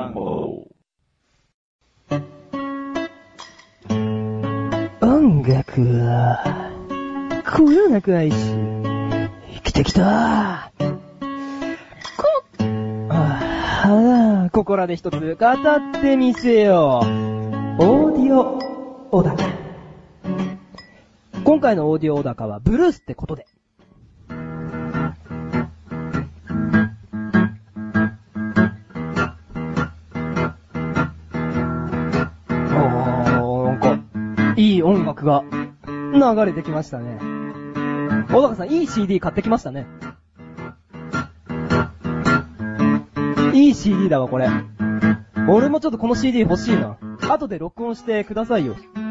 マンゴ音楽は、こよなく愛し、生きてきた。ここらで一つ語ってみせよう。オーディオ小高。今回のオーディオ小高はブルースってことで。なんか、いい音楽が流れてきましたね。小高さん、いい CD 買ってきましたね。いい CD だわ、これ。俺もちょっとこの CD 欲しいな。後で録音してくださいよ。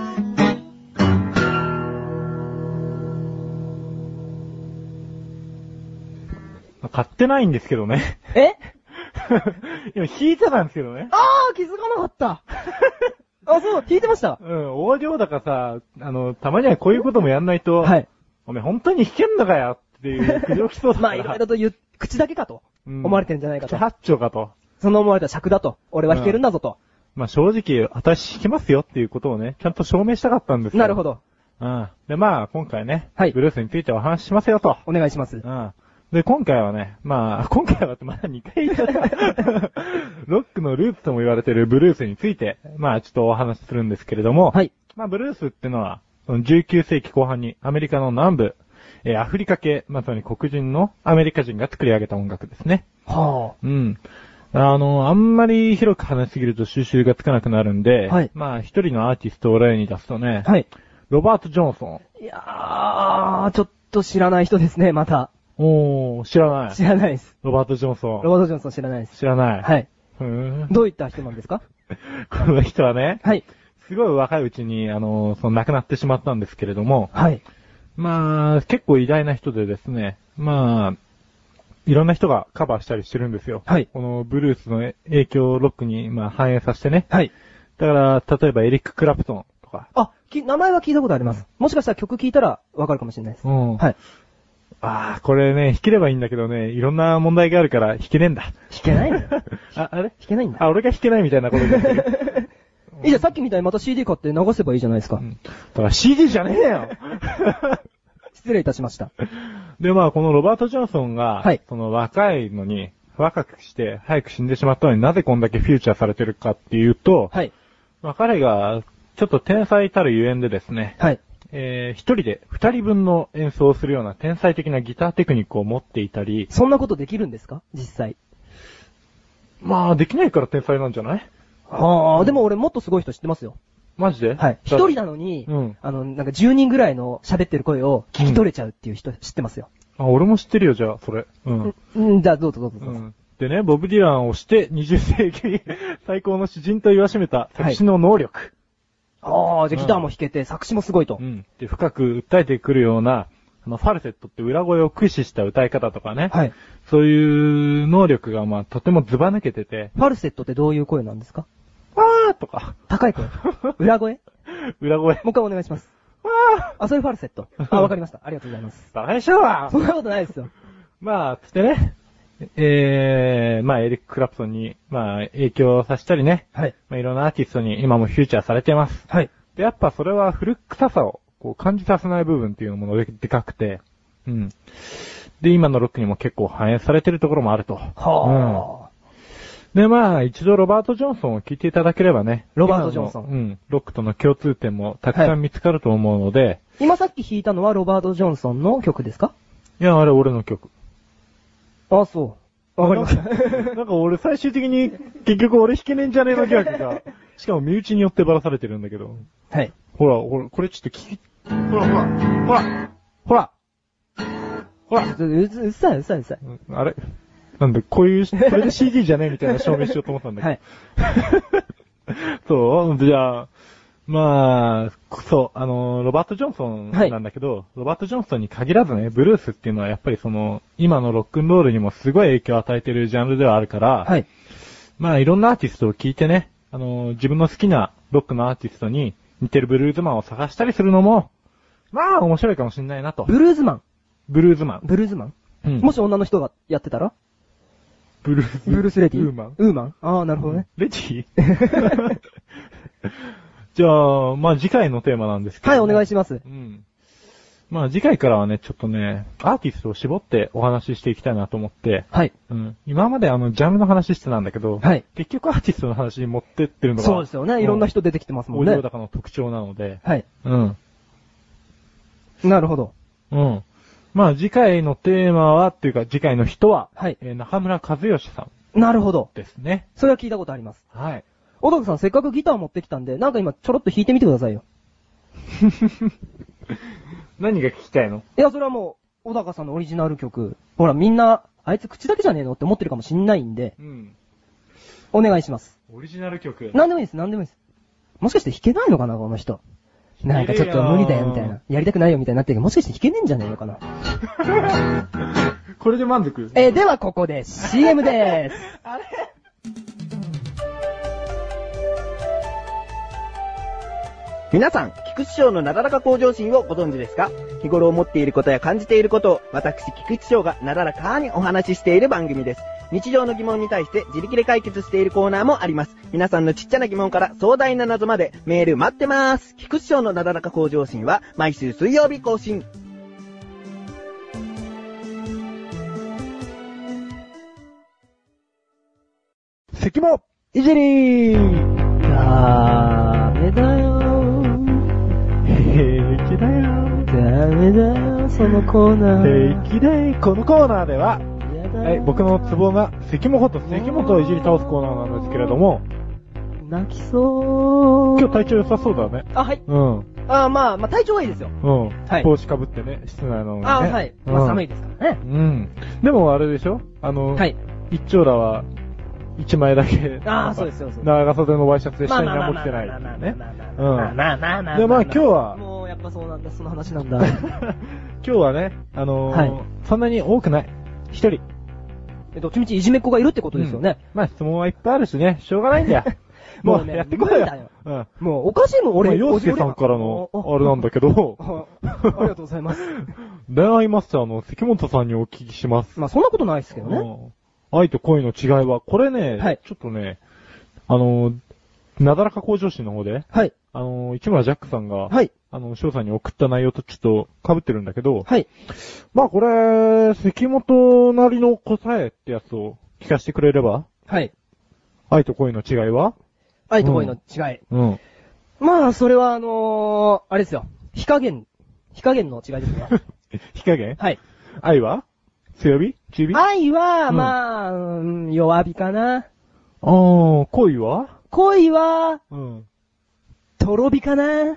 買ってないんですけどね。 え今弾いてたんですけどね。 気づかなかった。そう、弾いてました。 オーディオだからさ、たまにはこういうこともやんないと、 はい。 お前本当に弾けんのかよっていう苦情来そうだから。 いろいろと口だけかと、思われてるんじゃないかと。 口八丁かと。 その思われた尺だと。俺は弾けるんだぞと。 正直、私弾けますよっていうことをね、ちゃんと証明したかったんですよ。 なるほど。 で、今回ね、 はい。 ブルースについてお話ししますよと。 お願いします。 で、今回はね、今回はってまだ2回言っちゃった。ロックのルーツとも言われているブルースについて、ちょっとお話しするんですけれども、 はい。 ブルースってのは、19世紀後半にアメリカの南部、アフリカ系、まさに黒人のアメリカ人が作り上げた音楽ですね。 はあ。あんまり広く話しすぎると収集がつかなくなるんで、 はい。 一人のアーティストを例に出すとね、 はい。 ロバート・ジョンソン。 いやー、ちょっと知らない人ですね、また。 知らない。 知らないです。 ロバート・ジョンソン。 ロバート・ジョンソン知らないです。 知らない。 はい。どういった人なんですか？ この人はね、 はい。 すごい若いうちに、亡くなってしまったんですけれども、 はい。 結構偉大な人でですね、いろんな人がカバーしたりしてるんですよ。 はい。 このブルースの影響をロックに、反映させてね。 はい。 だから、例えばエリック・クラプトンとか。 名前は聞いたことあります。もしかしたら曲聞いたらわかるかもしれないです。はい。 これね、弾ければいいんだけどね、いろんな問題があるから弾けねえんだ。 弾けないのあれ弾けないんだ。 俺が弾けないみたいなこと言ってる。 じゃあさっきみたいにまた CD 買って流せばいいじゃないですか。 だから CD じゃねえよ失礼いたしました。 で、このロバート・ジョンソンが、 はい。 その若いのに、若くして早く死んでしまったのになぜこんだけフューチャーされてるかっていうと、 はい。 彼が、ちょっと天才たるゆえんでですね、 はい。 一人で二人分の演奏をするような天才的なギターテクニックを持っていたり。 そんなことできるんですか？実際。 できないから天才なんじゃない？ でも俺もっとすごい人知ってますよ。 マジで？ はい。一人なのに、なんか10人ぐらいの喋ってる声を聞き取れちゃうっていう人知ってますよ。 俺も知ってるよ、じゃあ、それ。 じゃあどうぞ。 でね、ボブ・ディランをして20世紀最高の詩人と言わしめた作詞の能力。 じゃあギターも弾けて作詞もすごいと。 で、深く訴えてくるような、ファルセットって裏声を駆使した歌い方とかね。はい。そういう能力がとてもズバ抜けてて。 ファルセットってどういう声なんですか？ とか。 高い声。裏声？ 裏声。 もう一回お願いします。そういうファルセット。わかりました。ありがとうございます。 バカにしろわ。 そんなことないですよ。 つってね。エリック・クラプトンに、影響させたりね。はい。いろんなアーティストに今もフューチャーされてます。はい。で、やっぱそれは古臭さを感じさせない部分っていうものがでかくて。で、今のロックにも結構反映されてるところもあると。で、一度ロバート・ジョンソンを聞いていただければね。 ロバート・ジョンソン。 ロックとの共通点もたくさん見つかると思うので。 今さっき弾いたのはロバート・ジョンソンの曲ですか？ いや、あれ俺の曲。 そう。わかりました。 なんか俺最終的に結局俺弾けねえんじゃねえの疑惑が。しかも身内によってばらされてるんだけど。 はい。 ほら、これちょっとほら。 うっさい。 あれなんで、これで CD じゃねえみたいな証明しようと思ったんだけど。そうじゃあ、ロバート・ジョンソンなんだけど、ロバート・ジョンソンに限らずね、ブルースっていうのはやっぱり今のロックンロールにもすごい影響を与えているジャンルではあるから、はい。いろんなアーティストを聞いてね、自分の好きなロックのアーティストに似てるブルーズマンを探したりするのも、面白いかもしれないなと。 ブルーズマン。 ブルーズマン。 もし女の人がやってたらブルースレディ。 ウーマン。 ウーマンああ、なるほどね。 レジじゃあ、まあ次回のテーマなんですけど。 はい、お願いします。 うん。まあ次回からはね、ちょっとね、アーティストを絞ってお話ししていきたいなと思って。 はい。 うん。今までジャンルの話してたんだけど、 はい。 結局アーティストの話に持ってってるのが。 そうですよね。いろんな人出てきてますもんね。 オーディオ高の特徴なので。 はい。 うん。 なるほど。 うん。まあ次回のテーマは、っていうか次回の人は、 はい。 中村和義さん。 なるほど。 ですね。 それは聞いたことあります。 はい。 小高さんせっかくギター持ってきたんで、なんか今ちょろっと弾いてみてくださいよ。 何が聞きたいの？ いや、それはもう、小高さんのオリジナル曲。ほら、みんな、あいつ口だけじゃねえのって思ってるかもしんないんで。 うん。 お願いします。 オリジナル曲。 なんでもいいです、なんでもいいです。もしかして弾けないのかな、この人。なんかちょっと無理だよ、みたいな。やりたくないよ、みたいになってるけど、もしかして弾けねえんじゃねえのかな。 これで満足？ ではここで CM でーす。 あれ？ 皆さん、菊池翔のなだらか向上心をご存知ですか？日頃思っていることや感じていることを、私、菊池翔がなだらかにお話ししている番組です。日常の疑問に対して自力で解決しているコーナーもあります。皆さんのちっちゃな疑問から壮大な謎までメール待ってます。菊池翔のなだらか向上心は毎週水曜日更新。 関もいじりーダメだよ平気だよダメだよそのコーナー平気だよこのコーナーでは、はい、僕のツボが関本と関本をいじり倒すコーナーなんですけれども、 泣きそう今日体調良さそうだね。 あ、はい。 うん。 まあ体調はいいですよ。 うん。 はい。 帽子かぶってね、室内なのにね。 はい。まあ寒いですからね。 うん。でもあれでしょはい。一丁羅は、一枚だけ。 そうです、そうです。 長袖のワイシャツで下に何も着てない。ね。うん。で、まあ今日は。 もうやっぱそうなんだ、その話なんだ。 今日はね、はい。そんなに多くない。一人。 どっちみちいじめっ子がいるってことですよね。 まあ質問はいっぱいあるしね、しょうがないんだよ。もうやってこいよ。 うん。もうおかしいもん、俺。 洋介さんからの、あれなんだけど。 ありがとうございます。 恋愛マスターの関本さんにお聞きします。 まあそんなことないですけどね。 愛と恋の違いは、これね、 はい、 ちょっとね、なだらか向上心の方で、 はい、 市村ジャックさんが、 はい、 翔さんに送った内容とちょっと被ってるんだけど、 はい。 まあこれ、関本なりの答えってやつを聞かせてくれれば、 はい。 愛と恋の違いは？ 愛と恋の違い。 うん。 まあ、それはあれですよ。火加減の違いですね。 火加減？ はい。 愛は？強火？中火？ 愛は、まあ、弱火かな。 恋は？ 恋は、とろ火かな。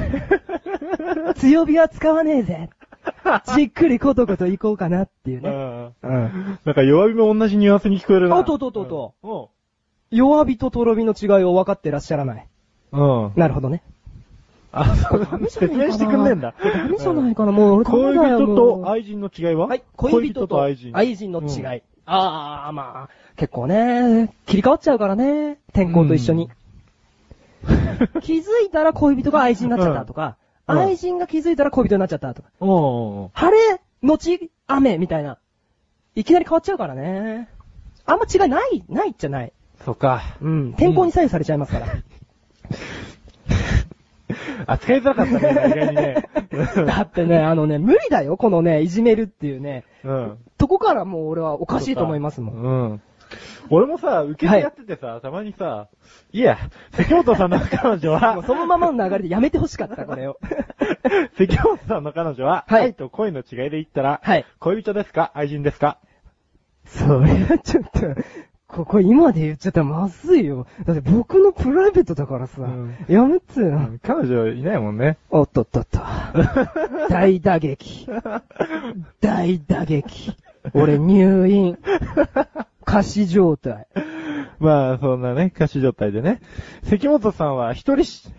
強火は使わねえぜ。じっくりコトコトいこうかなっていうね。 なんか弱火も同じニュアンスに聞こえるな。 弱火ととろ火の違いを分かってらっしゃらない。なるほどね。 説明してくんねえんだ。 ダメじゃないかな、もう恋人と愛人の違いは？ はい、恋人と愛人の違い。まあ、結構ね、切り替わっちゃうからね、天候と一緒に。気づいたら恋人が愛人になっちゃったとか、愛人が気づいたら恋人になっちゃったとか。晴れ、後、雨みたいな。いきなり変わっちゃうからね。あんま違いないっちゃない。 そうか。 天候に左右されちゃいますから。 扱いづらかったね、意外にね。 だってね、無理だよ、このね、いじめるっていうね。とこからもう俺はおかしいと思いますもん。 俺もさ、受けてやっててさ、たまにさ、いや、関本さんの彼女は、 もうそのままの流れでやめてほしかった、これを。 関本さんの彼女は、愛と恋の違いで言ったら、恋人ですか？愛人ですか？ それはちょっと、ここ今で言っちゃったらまずいよ。だって僕のプライベートだからさ、やめてよ。 彼女いないもんね。 おっとっとっと。大打撃。大打撃。俺入院。仮死状態。 まあ、そんなね、仮死状態でね。関本さんは一人し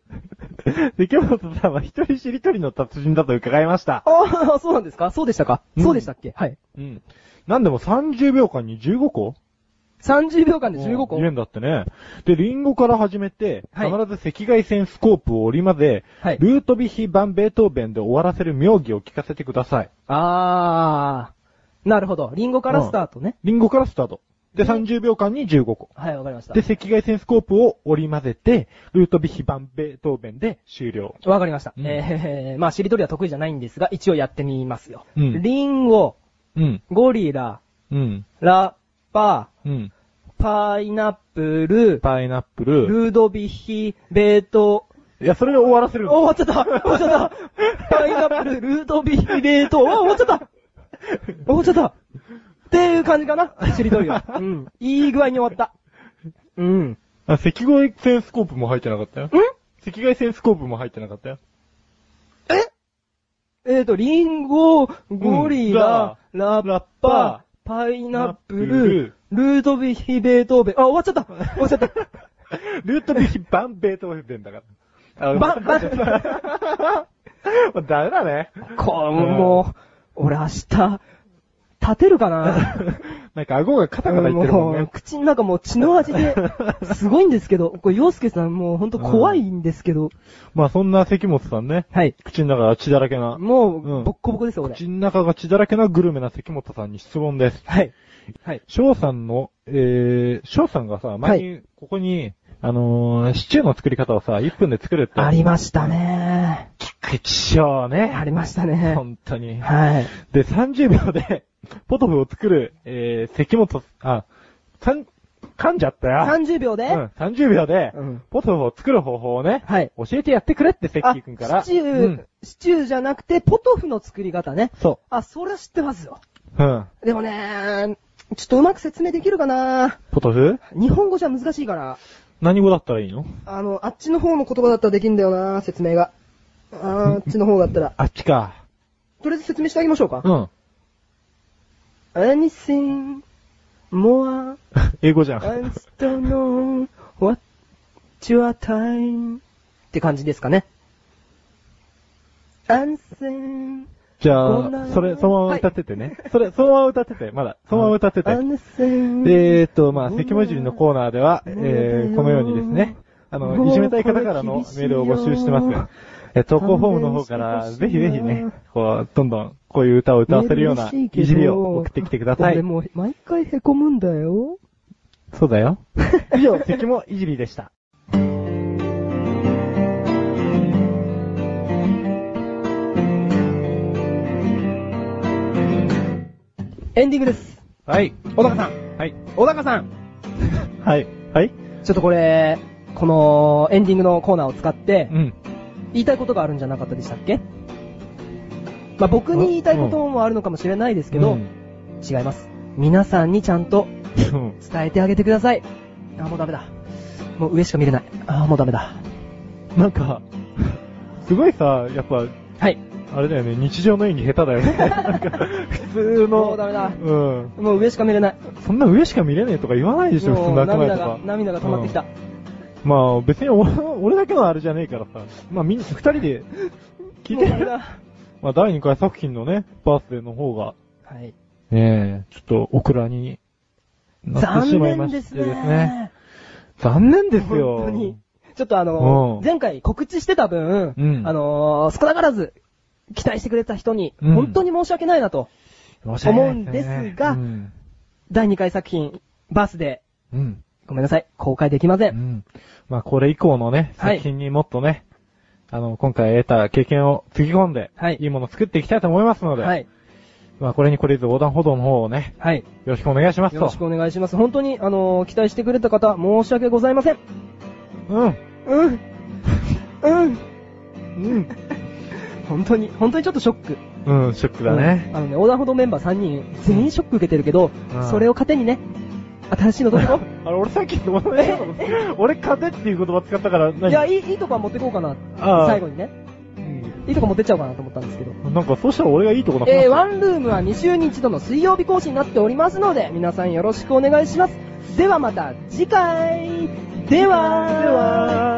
りとりの達人だと伺いました。 ああ、そうなんですか？そうでしたか？そうでしたっけ？はい。 なんでも30秒間に15個 30秒間で15個入れんだってね。で、リンゴから始めて、必ず赤外線スコープを織り交ぜ、ルートヴィヒ版ベートーベンで終わらせる妙義を聞かせてください。 なるほど。リンゴからスタートね。 リンゴからスタート。 で、30秒間に15個。 はい、わかりました。 で、赤外線スコープを織り交ぜて、ルートビヒバンベートーベンで終了。 わかりました。 うんまあ、しりとりは得意じゃないんですが、一応やってみますよ。 うん。 リンゴ、 うん。 ゴリラ、 うん。 ラッパ、 うん。 パイナップル、 パイナップル、 ルードビヒベート、 いや、それで終わらせる。 終わっちゃった終わっちゃったパイナップル、ルードビヒベート、終わっちゃった終わっちゃったっていう感じかなしりとりは。うん。いい具合に終わった。うん。 あ、赤外線スコープも入ってなかったよ。 ん？ 赤外線スコープも入ってなかったよ。 リンゴ、ゴリラ、ラッパ、パイナップル、ルートビヒベートーベン。あ、終わっちゃった終わっちゃったルートビヒバンベートーベンだから。 バンダメだね。 もう、俺明日、立てるかななんか顎がカタカタ言ってるもんね。 口の中もう血の味で、すごいんですけど、これ、洋介さんもうほんと怖いんですけど。 まあそんな関本さんね。 はい。 口の中が血だらけな。 もう、ボッコボコですよ、俺。 口の中が血だらけなグルメな関本さんに質問です。 はい。はい。 翔さんがさ、前に、ここに、シチューの作り方をさ、1分で作るって。 ありましたね。 菊池翔ね。 ありましたね。 本当に。 はい。 で、30秒で、ポトフを作る、関本、噛んじゃったよ。 30秒でうん、30秒で、ポトフを作る方法をね、 はい。 教えてやってくれって、関君から。 シチューじゃなくて、ポトフの作り方ね。 そう。 あ、それは知ってますよ。 うん。 でもね、ちょっとうまく説明できるかな？ ポトフ？ 日本語じゃ難しいから。 何語だったらいいの？ あっちの方の言葉だったらできんだよな、説明が。あっちの方だったら。 あっちか。 とりあえず説明してあげましょうか。 うん。 anything more 英語じゃん。 I don't know what your time って感じですかね。anything じゃあ、そのまま歌っててね。そのまま歌ってて、まだ。そのまま歌ってて。まあ、関文字のコーナーでは、このようにですね、いじめたい方からのメールを募集してます。投稿フォームの方から、ぜひぜひね、どんどん、こういう歌を歌わせるような、いじりを送ってきてください。 俺もう、毎回凹むんだよ。 そうだよ。以上、関もいじりでした。 エンディングです。 はい。 小高さん。 はい。 小高さん。 はい。はい。 ちょっとこのエンディングのコーナーを使って、言いたいことがあるんじゃなかったでしたっけ？まあ、僕に言いたいこともあるのかもしれないですけど、違います。皆さんにちゃんと伝えてあげてください。あ、もうダメだ。もう上しか見れない。あ、もうダメだ。 なんか、すごいさ、やっぱ、 はい。 あれだよね、日常の演技下手だよね。なんか、普通の。 もうダメだ。 もう上しか見れない。 そんな上しか見れねえとか言わないでしょ、普通泣くないとか。 涙が溜まってきた。 まあ、別に俺だけのあれじゃねえからさ。まあ、二人で聞いてる。まあ、第2回作品のね、バースデーの方が。 はい。 ねえ、ちょっと、オクラになってしまいましてですね。残念ですよ。 本当に。ちょっと前回告知してた分、少なからず、期待してくれた人に、本当に申し訳ないなと、思うんですが、第2回作品、バースデー、ごめんなさい、公開できません。 まあ、これ以降のね、作品にもっとね、今回得た経験をつぎ込んで、いいものを作っていきたいと思いますので、まあ、これにこれず横断歩道の方をね、よろしくお願いしますと。 よろしくお願いします。本当に、期待してくれた方、申し訳ございません。本当にちょっとショック。 ショックだね。 横断歩道メンバー3人、全員ショック受けてるけど、それを糧にね、新しいのどうぞ。 俺さっき俺糧っていう言葉使ったから、 いや、いいとこは持ってこうかな。最後にね。いいとこ持ってっちゃおうかなと思ったんですけど。 なんかそうしたら俺がいいとこなワンルームは2週に1度の水曜日更新になっておりますので、皆さんよろしくお願いします。ではまた次回。では